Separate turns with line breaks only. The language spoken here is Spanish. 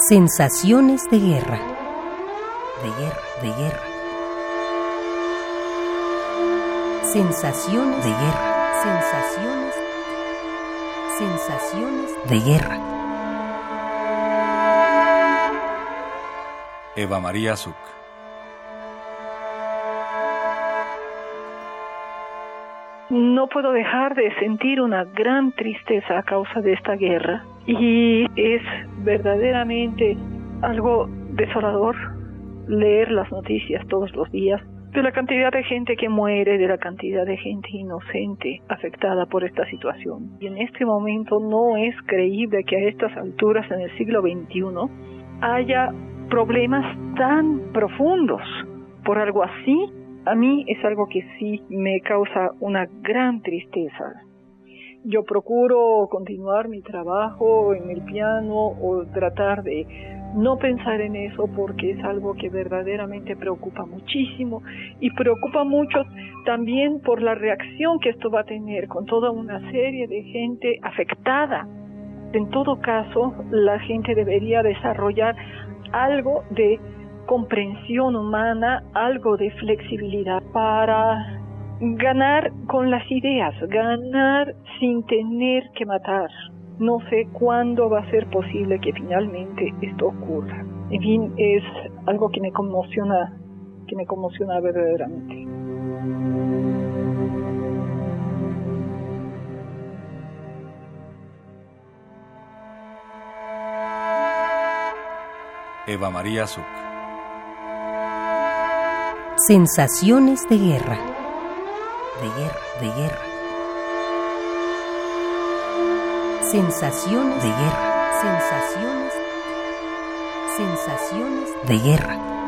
Sensaciones de guerra. De guerra, de guerra. Sensaciones de guerra. Sensaciones de guerra.
Eva María Zuck.
No puedo dejar de sentir una gran tristeza a causa de esta guerra y es verdaderamente algo desolador leer las noticias todos los días de la cantidad de gente que muere, de la cantidad de gente inocente afectada por esta situación. Y en este momento no es creíble que a estas alturas en el siglo XXI haya problemas tan profundos por algo así. A mí es algo que sí me causa una gran tristeza. Yo procuro continuar mi trabajo en el piano o tratar de no pensar en eso porque es algo que verdaderamente preocupa muchísimo y preocupa mucho también por la reacción que esto va a tener con toda una serie de gente afectada. En todo caso, la gente debería desarrollar algo de comprensión humana, algo de flexibilidad para ganar con las ideas, ganar sin tener que matar. No sé cuándo va a ser posible que finalmente esto ocurra. En fin, es algo que me conmociona verdaderamente.
Eva María Zuck.
Sensaciones de guerra. De guerra, de guerra. Sensaciones de guerra. Sensaciones de guerra.